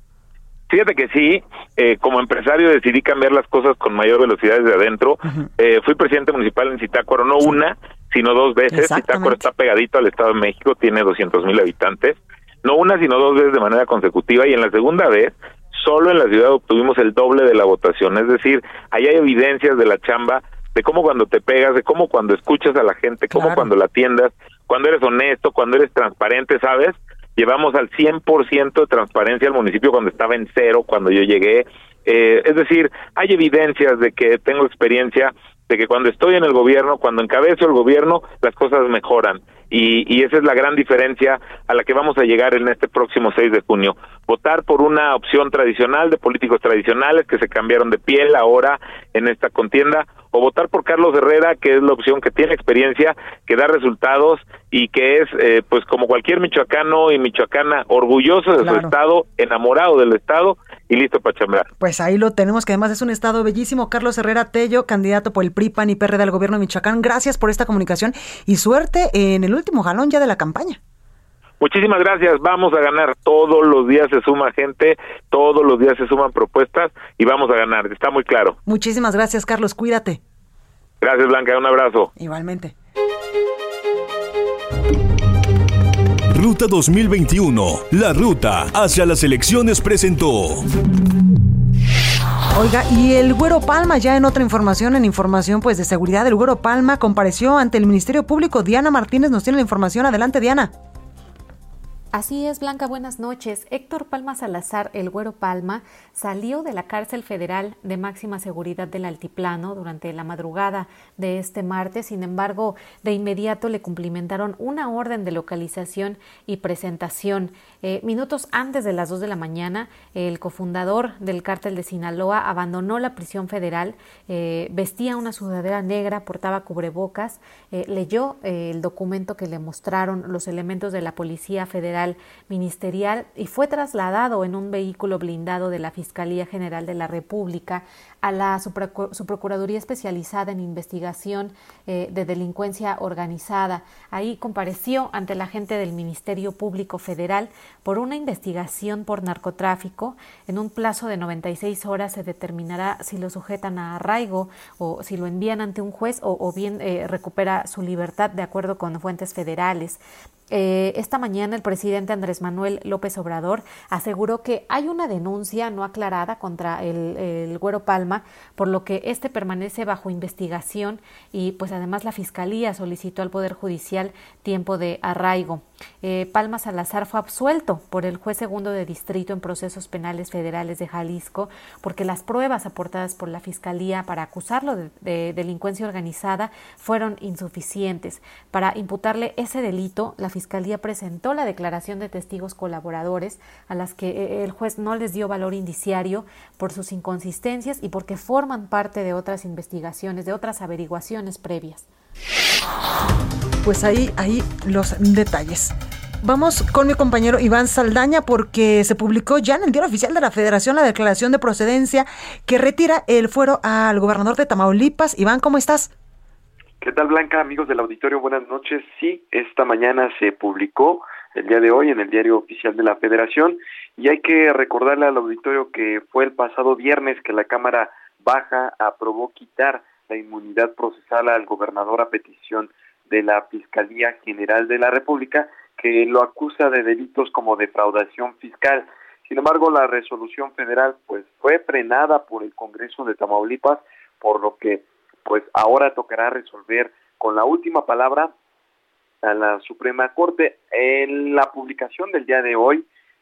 Fíjate que sí, eh, como empresario decidí cambiar las cosas con mayor velocidad desde adentro. Uh-huh. Eh, fui presidente municipal en Zitácuaro, no sí. una, sino dos veces. Zitácuaro está pegadito al Estado de México, tiene doscientos mil habitantes. No una, sino dos veces de manera consecutiva, y en la segunda vez, solo en la ciudad obtuvimos el doble de la votación. Es decir, ahí hay evidencias de la chamba, de cómo cuando te pegas, de cómo cuando escuchas a la gente, claro. cómo cuando la atiendas, cuando eres honesto, cuando eres transparente, ¿sabes? Llevamos al cien por ciento de transparencia al municipio cuando estaba en cero, cuando yo llegué. Eh, es decir, hay evidencias de que tengo experiencia, de que cuando estoy en el gobierno, cuando encabezo el gobierno, las cosas mejoran. Y, y esa es la gran diferencia a la que vamos a llegar en este próximo seis de junio. Votar por una opción tradicional de políticos tradicionales que se cambiaron de piel ahora en esta contienda, o votar por Carlos Herrera, que es la opción que tiene experiencia, que da resultados y que es, eh, pues como cualquier michoacano y michoacana, orgulloso de claro. su estado, enamorado del estado y listo para chambear. Pues ahí lo tenemos, que además es un estado bellísimo. Carlos Herrera Tello, candidato por el P R I, P A N y P R D al gobierno de Michoacán. Gracias por esta comunicación y suerte en el último jalón ya de la campaña. Muchísimas gracias, vamos a ganar, todos los días se suma gente, todos los días se suman propuestas y vamos a ganar, está muy claro. Muchísimas gracias, Carlos, cuídate. Gracias, Blanca, un abrazo. Igualmente. Ruta dos mil veintiuno, la ruta hacia las elecciones presentó. Oiga, y el Güero Palma, ya en otra información, en información pues de seguridad, el Güero Palma compareció ante el Ministerio Público. Diana Martínez nos tiene la información, adelante Diana. Así es, Blanca, buenas noches. Héctor Palma Salazar, el Güero Palma, salió de la cárcel federal de máxima seguridad del Altiplano durante la madrugada de este martes. Sin embargo, de inmediato le cumplimentaron una orden de localización y presentación. Eh, minutos antes de las dos de la mañana, el cofundador del cártel de Sinaloa abandonó la prisión federal, eh, vestía una sudadera negra, portaba cubrebocas, eh, leyó eh, el documento que le mostraron los elementos de la Policía Federal Ministerial y fue trasladado en un vehículo blindado de la Fiscalía General de la República a la Subprocuraduría Especializada en Investigación eh, de Delincuencia Organizada. Ahí compareció ante la gente del Ministerio Público Federal por una investigación por narcotráfico. En un plazo de noventa y seis horas se determinará si lo sujetan a arraigo o si lo envían ante un juez o, o bien eh, recupera su libertad de acuerdo con fuentes federales. Eh, esta mañana el presidente Andrés Manuel López Obrador aseguró que hay una denuncia no aclarada contra el, el Güero Palma, por lo que este permanece bajo investigación y pues además la Fiscalía solicitó al Poder Judicial tiempo de arraigo. Eh, Palma Salazar fue absuelto por el juez segundo de distrito en procesos penales federales de Jalisco porque las pruebas aportadas por la Fiscalía para acusarlo de, de delincuencia organizada fueron insuficientes. Para imputarle ese delito, la Fiscalía presentó la declaración de testigos colaboradores a las que el juez no les dio valor indiciario por sus inconsistencias y porque forman parte de otras investigaciones, de otras averiguaciones previas. Pues ahí, ahí los detalles. Vamos con mi compañero Iván Saldaña porque se publicó ya en el Diario Oficial de la Federación la declaración de procedencia que retira el fuero al gobernador de Tamaulipas. Iván, ¿cómo estás? ¿Qué tal, Blanca? Amigos del auditorio, buenas noches. Sí, esta mañana se publicó el día de hoy en el Diario Oficial de la Federación y hay que recordarle al auditorio que fue el pasado viernes que la Cámara Baja aprobó quitar la inmunidad procesal al gobernador a petición de la Fiscalía General de la República, que lo acusa de delitos como defraudación fiscal. Sin embargo, la resolución federal pues fue frenada por el Congreso de Tamaulipas, por lo que pues ahora tocará resolver con la última palabra a la Suprema Corte. En la publicación del día de hoy,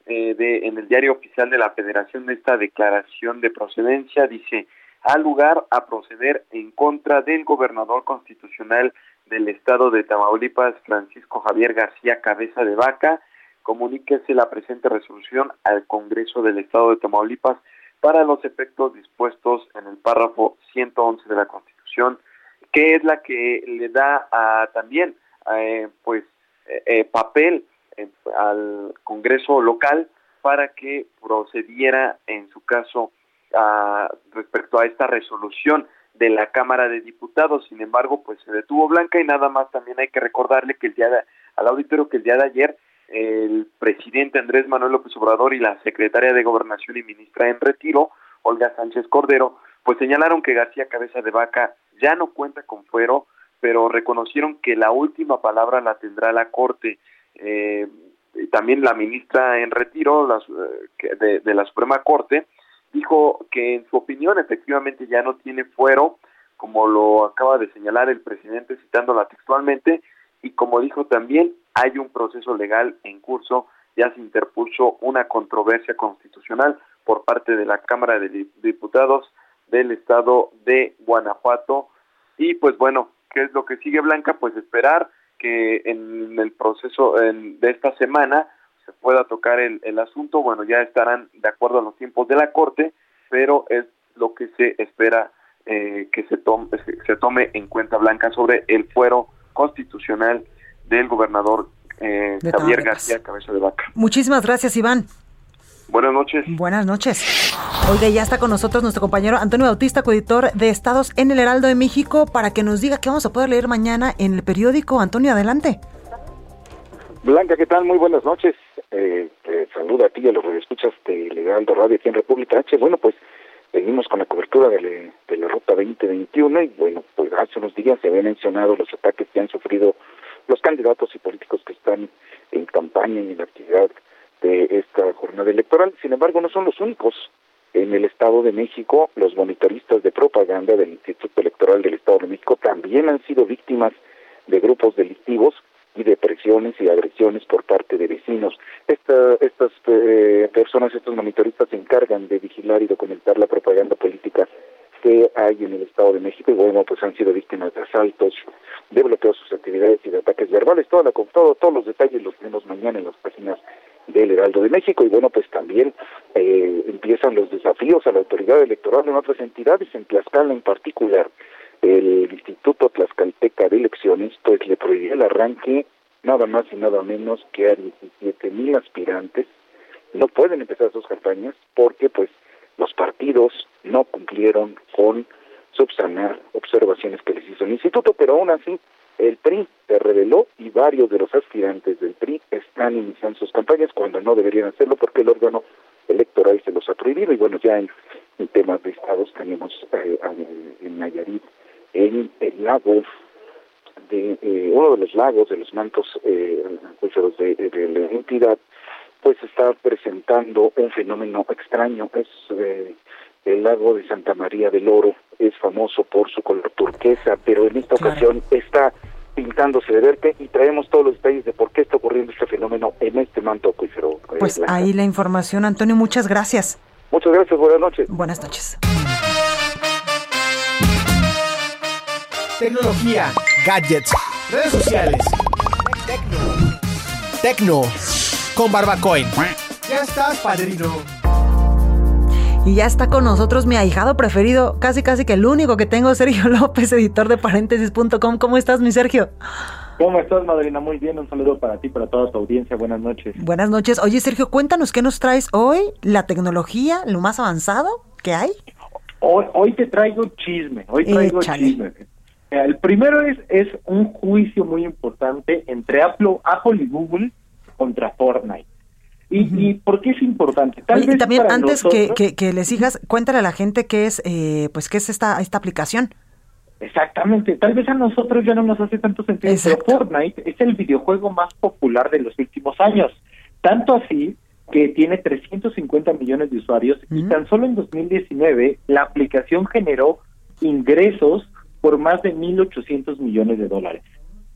eh, de en el Diario Oficial de la Federación de esta declaración de procedencia. Dice: al lugar a proceder en contra del gobernador constitucional del estado de Tamaulipas, Francisco Javier García Cabeza de Vaca, comuníquese la presente resolución al Congreso del estado de Tamaulipas para los efectos dispuestos en el párrafo ciento once de la Constitución, que es la que le da a, también eh, pues eh, papel eh, al Congreso local para que procediera en su caso a, respecto a esta resolución de la Cámara de Diputados. Sin embargo, pues se detuvo, Blanca, y nada más también hay que recordarle que el día de, al auditorio que el día de ayer el presidente Andrés Manuel López Obrador y la secretaria de Gobernación y ministra en retiro, Olga Sánchez Cordero, pues señalaron que García Cabeza de Vaca ya no cuenta con fuero, pero reconocieron que la última palabra la tendrá la Corte. Eh, también la ministra en retiro las, de, de la Suprema Corte dijo que en su opinión efectivamente ya no tiene fuero, como lo acaba de señalar el presidente citándola textualmente, y como dijo también, hay un proceso legal en curso, ya se interpuso una controversia constitucional por parte de la Cámara de Diputados del estado de Guanajuato, y pues bueno, ¿qué es lo que sigue, Blanca? Pues esperar que en el proceso en, de esta semana se pueda tocar el, el asunto. Bueno, ya estarán de acuerdo a los tiempos de la Corte, pero es lo que se espera eh, que se tome, se tome en cuenta, Blanca, sobre el fuero constitucional del gobernador eh, Javier García Cabeza de Vaca. Muchísimas gracias, Iván. Buenas noches. Buenas noches. Oiga, ya está con nosotros nuestro compañero Antonio Bautista, coeditor de Estados en el Heraldo de México, para que nos diga qué vamos a poder leer mañana en el periódico. Antonio, adelante. Blanca, ¿qué tal? Muy buenas noches. Eh, te saluda a ti y a los radioescuchas del Heraldo Radio aquí en República H. Bueno, pues seguimos con la cobertura de, le, de la Ruta veinte veintiuno y bueno, pues hace unos días se habían mencionado los ataques que han sufrido los candidatos y políticos que están en campaña y en la actividad de esta jornada electoral. Sin embargo, no son los únicos. En el Estado de México, los monitoristas de propaganda del Instituto Electoral del Estado de México también han sido víctimas de grupos delictivos y de presiones y agresiones por parte de vecinos. Esta, estas eh, personas, estos monitoristas se encargan de vigilar y documentar la propaganda política que hay en el Estado de México y bueno, pues han sido víctimas de asaltos, de bloqueos de sus actividades y de ataques verbales. Toda la, todo, todos los detalles los tenemos mañana en las páginas del Heraldo de México y bueno, pues también eh, empiezan los desafíos a la autoridad electoral en otras entidades, en Tlaxcala en particular. El Instituto Tlaxcalteca de Elecciones pues le prohibió el arranque nada más y nada menos que a diecisiete mil aspirantes. No pueden empezar sus campañas porque pues los partidos no cumplieron con subsanar observaciones que les hizo el instituto, pero aún así el P R I se rebeló y varios de los aspirantes del P R I están iniciando sus campañas cuando no deberían hacerlo porque el órgano electoral se los ha prohibido. Y bueno, ya en, en temas de estados tenemos eh, en Nayarit, en el lago de eh, uno de los lagos de los mantos eh, acuíferos de, de la entidad, pues está presentando un fenómeno extraño. Es eh, el lago de Santa María del Oro, es famoso por su color turquesa, pero en esta claro. ocasión está pintándose de verde y traemos todos los detalles de por qué está ocurriendo este fenómeno en este manto acuífero. Pues blanca. Ahí la información, Antonio, muchas gracias. Muchas gracias, buenas noches. Buenas noches. Tecnología, gadgets, redes sociales, tecno, tecno, con Barbacoin. Ya estás, padrino. Y ya está con nosotros mi ahijado preferido, casi casi que el único que tengo, Sergio López, editor de paréntesis punto com. ¿Cómo estás, mi Sergio? ¿Cómo estás, madrina? Muy bien, un saludo para ti, para toda tu audiencia. Buenas noches. Buenas noches. Oye, Sergio, cuéntanos qué nos traes hoy, la tecnología, lo más avanzado que hay. Hoy, hoy te traigo chisme, hoy traigo Échale. chisme. El primero es, es un juicio muy importante entre Apple, Apple y Google contra Fortnite. ¿Y, uh-huh. ¿Y por qué es importante? Tal Oye, vez y también antes nosotros... que, que, que les sigas, cuéntale a la gente qué es eh, pues qué es esta, esta aplicación. Exactamente, tal vez a nosotros ya no nos hace tanto sentido, Exacto. pero Fortnite es el videojuego más popular de los últimos años. Tanto así que tiene trescientos cincuenta millones de usuarios uh-huh. y tan solo en dos mil diecinueve la aplicación generó ingresos por más de mil ochocientos millones de dólares.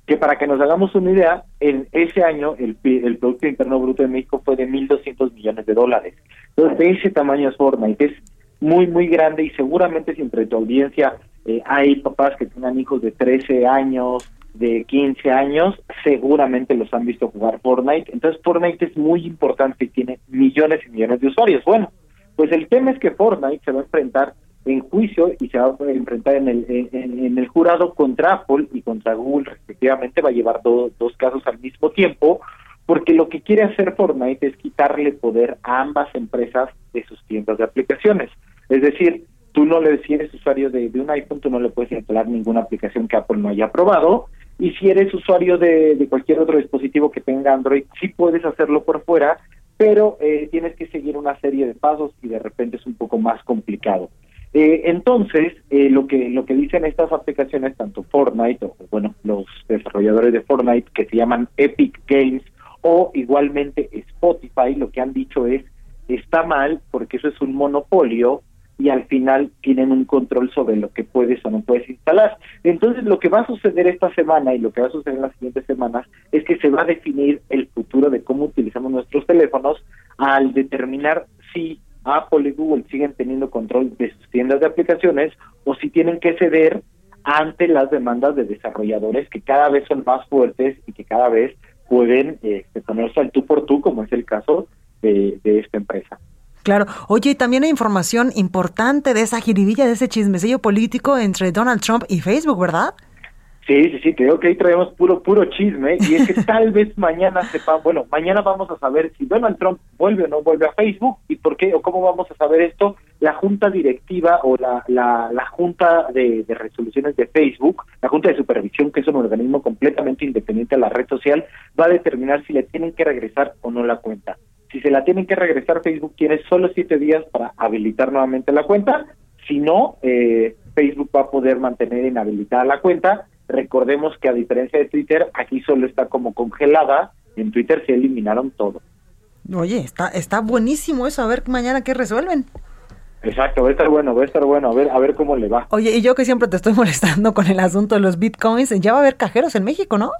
que para que nos hagamos una idea, en ese año el, el Producto Interno Bruto de México fue de mil doscientos millones de dólares. Entonces, de ese tamaño es Fortnite, es muy, muy grande, y seguramente si entre tu audiencia eh, hay papás que tengan hijos de trece años, de quince años, seguramente los han visto jugar Fortnite. Entonces Fortnite es muy importante y tiene millones y millones de usuarios. Bueno, pues el tema es que Fortnite se va a enfrentar en juicio y se va a enfrentar en el en, en el jurado contra Apple y contra Google respectivamente. Va a llevar do, dos casos al mismo tiempo, porque lo que quiere hacer Fortnite es quitarle poder a ambas empresas de sus tiendas de aplicaciones. Es decir, tú no le, si eres usuario de, de un iPhone, tú no le puedes instalar ninguna aplicación que Apple no haya aprobado, y si eres usuario de, de cualquier otro dispositivo que tenga Android, sí puedes hacerlo por fuera, pero eh, tienes que seguir una serie de pasos y de repente es un poco más complicado. Eh, entonces, eh, lo que lo que dicen estas aplicaciones, tanto Fortnite, o bueno, los desarrolladores de Fortnite, que se llaman Epic Games, o igualmente Spotify, lo que han dicho es, está mal porque eso es un monopolio, y al final tienen un control sobre lo que puedes o no puedes instalar. Entonces, lo que va a suceder esta semana y lo que va a suceder en las siguientes semanas es que se va a definir el futuro de cómo utilizamos nuestros teléfonos al determinar si Apple y Google siguen teniendo control de sus tiendas de aplicaciones o si tienen que ceder ante las demandas de desarrolladores que cada vez son más fuertes y que cada vez pueden eh, ponerse al tú por tú, como es el caso de, de esta empresa. Claro. Oye, y también hay información importante de esa jiribilla, de ese chismecillo político entre Donald Trump y Facebook, ¿verdad? Sí, sí, sí, creo que ahí traemos puro, puro chisme, y es que tal vez mañana sepa, bueno, mañana vamos a saber si Donald Trump vuelve o no vuelve a Facebook, y por qué, o cómo vamos a saber esto. La junta directiva o la, la, la junta de, de resoluciones de Facebook, la junta de supervisión, que es un organismo completamente independiente a la red social, va a determinar si le tienen que regresar o no la cuenta. Si se la tienen que regresar, Facebook tiene solo siete días para habilitar nuevamente la cuenta. Si no, eh, Facebook va a poder mantener inhabilitada la cuenta. Recordemos que a diferencia de Twitter, aquí solo está como congelada. En Twitter se eliminaron todo. Oye, está está buenísimo eso. A ver mañana qué resuelven. Exacto, va a estar bueno, va a estar bueno. A ver, a ver cómo le va. Oye, y yo que siempre te estoy molestando con el asunto de los bitcoins, ya va a haber cajeros en México, ¿no?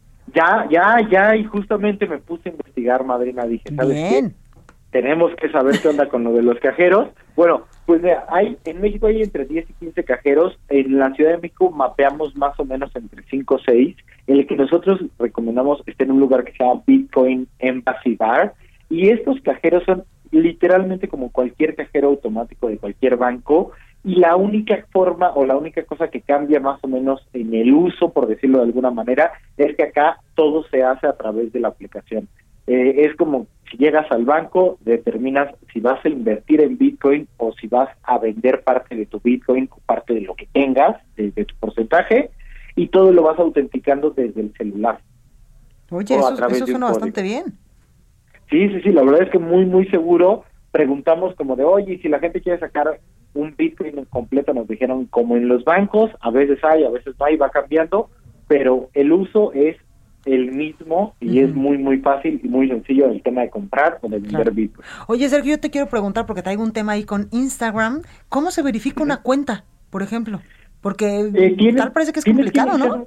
Ya, ya, ya, y justamente me puse a investigar, madrina, dije, ¿sabes Bien. qué? Tenemos que saber qué onda con lo de los cajeros. Bueno, pues mira, hay, en México hay entre diez y quince cajeros, en la Ciudad de México mapeamos más o menos entre cinco o seis, el que nosotros recomendamos está en un lugar que se llama Bitcoin Embassy Bar, y estos cajeros son literalmente como cualquier cajero automático de cualquier banco, y la única forma o la única cosa que cambia más o menos en el uso, por decirlo de alguna manera, es que acá todo se hace a través de la aplicación. Eh, es como si llegas al banco, determinas si vas a invertir en Bitcoin o si vas a vender parte de tu Bitcoin o parte de lo que tengas, de, de tu porcentaje, y todo lo vas autenticando desde el celular. Oye, eso, eso suena bastante bien. Sí, sí, sí, la verdad es que muy, muy seguro. Preguntamos como de, oye, si la gente quiere sacar un Bitcoin completo, nos dijeron como en los bancos, a veces hay, a veces no hay, va cambiando, pero el uso es el mismo y uh-huh. es muy, muy fácil y muy sencillo el tema de comprar o de vender claro. Bitcoin. Oye, Sergio, yo te quiero preguntar, porque traigo un tema ahí con Instagram, ¿cómo se verifica uh-huh. una cuenta, por ejemplo? Porque eh, tiene, tal parece que es complicado, ¿no?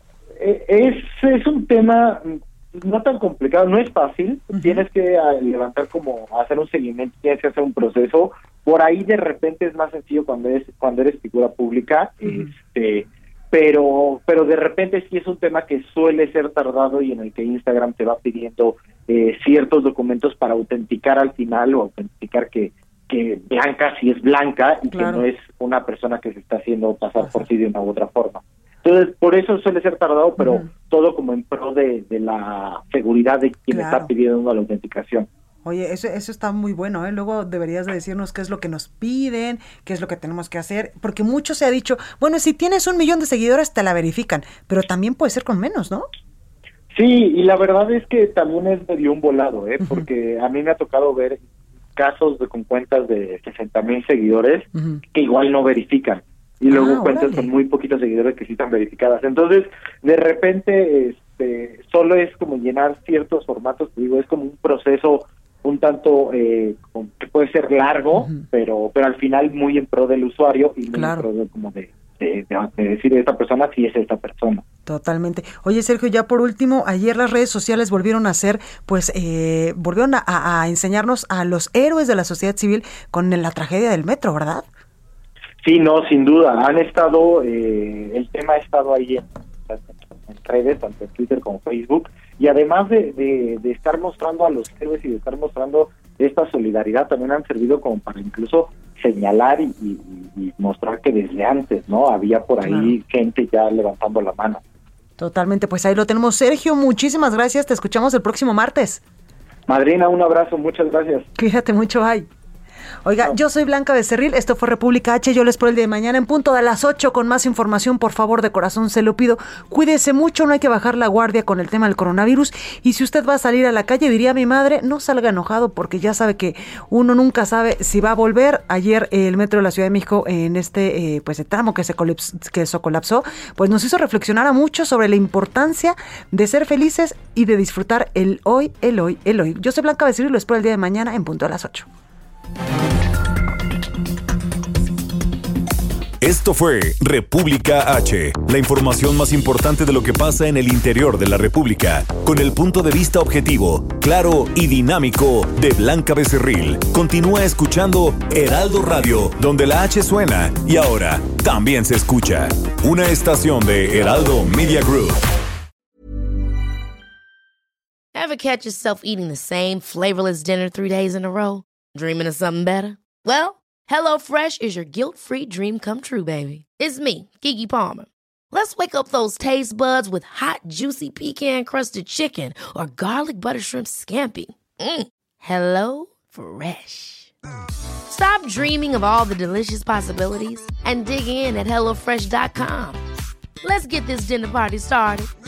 Eh, es, es un tema no tan complicado, no es fácil, uh-huh. tienes que a, levantar como, hacer un seguimiento, tienes que hacer un proceso. Por ahí de repente es más sencillo cuando eres cuando eres figura pública, uh-huh. este, pero pero de repente sí es un tema que suele ser tardado y en el que Instagram te va pidiendo eh, ciertos documentos para autenticar al final o autenticar que que Blanca sí es Blanca y claro. que no es una persona que se está haciendo pasar por sí de una u otra forma. Entonces, por eso suele ser tardado, pero uh-huh. todo como en pro de, de la seguridad de quien claro. está pidiendo la autenticación. Oye, eso, eso está muy bueno, ¿eh? Luego deberías de decirnos qué es lo que nos piden, qué es lo que tenemos que hacer, porque mucho se ha dicho, bueno, si tienes un millón de seguidores te la verifican, pero también puede ser con menos, ¿no? Sí, y la verdad es que también es medio un volado, ¿eh? Uh-huh. Porque a mí me ha tocado ver casos de, con cuentas de sesenta mil seguidores uh-huh. que igual no verifican, y luego ah, cuentas órale. Con muy poquitos seguidores que sí están verificadas. Entonces, de repente, este, solo es como llenar ciertos formatos, te digo, es como un proceso un tanto eh, que puede ser largo, uh-huh. pero pero al final muy en pro del usuario y muy claro. en pro de, como de, de, de, de decir esta persona sí es esta persona. Totalmente. Oye, Sergio, ya por último, ayer las redes sociales volvieron a hacer, pues, eh, volvieron a, a enseñarnos a los héroes de la sociedad civil con la tragedia del metro, ¿verdad? Sí, no, sin duda. Han estado, eh, el tema ha estado ahí en, en redes, tanto en Twitter como Facebook, y además de, de, de estar mostrando a los héroes y de estar mostrando esta solidaridad, también han servido como para incluso señalar y, y, y mostrar que desde antes, ¿no? Había por ahí claro. gente ya levantando la mano. Totalmente, pues ahí lo tenemos. Sergio, muchísimas gracias, te escuchamos el próximo martes. Madrina, un abrazo, muchas gracias. Cuídate mucho, bye. Oiga, yo soy Blanca Becerril, esto fue República H, yo les espero el día de mañana en punto de las ocho con más información, por favor, de corazón se lo pido, cuídese mucho, no hay que bajar la guardia con el tema del coronavirus, y si usted va a salir a la calle, diría mi madre, no salga enojado, porque ya sabe que uno nunca sabe si va a volver. Ayer el metro de la Ciudad de México, en este eh, pues el tramo que se, colaps- que se colapsó, pues nos hizo reflexionar a mucho sobre la importancia de ser felices y de disfrutar el hoy, el hoy, el hoy. Yo soy Blanca Becerril, lo espero el día de mañana en punto de las ocho. Esto fue República H, la información más importante de lo que pasa en el interior de la República, con el punto de vista objetivo, claro y dinámico de Blanca Becerril. Continúa escuchando Heraldo Radio, donde la H suena y ahora también se escucha. Una estación de Heraldo Media Group. Ever catch yourself eating the same flavorless dinner three days in a row? Dreaming of something better? Well, HelloFresh is your guilt-free dream come true, baby. It's me, Keke Palmer. Let's wake up those taste buds with hot, juicy pecan-crusted chicken or garlic butter shrimp scampi. Mm. Hello Fresh. Stop dreaming of all the delicious possibilities and dig in at hello fresh dot com. Let's get this dinner party started.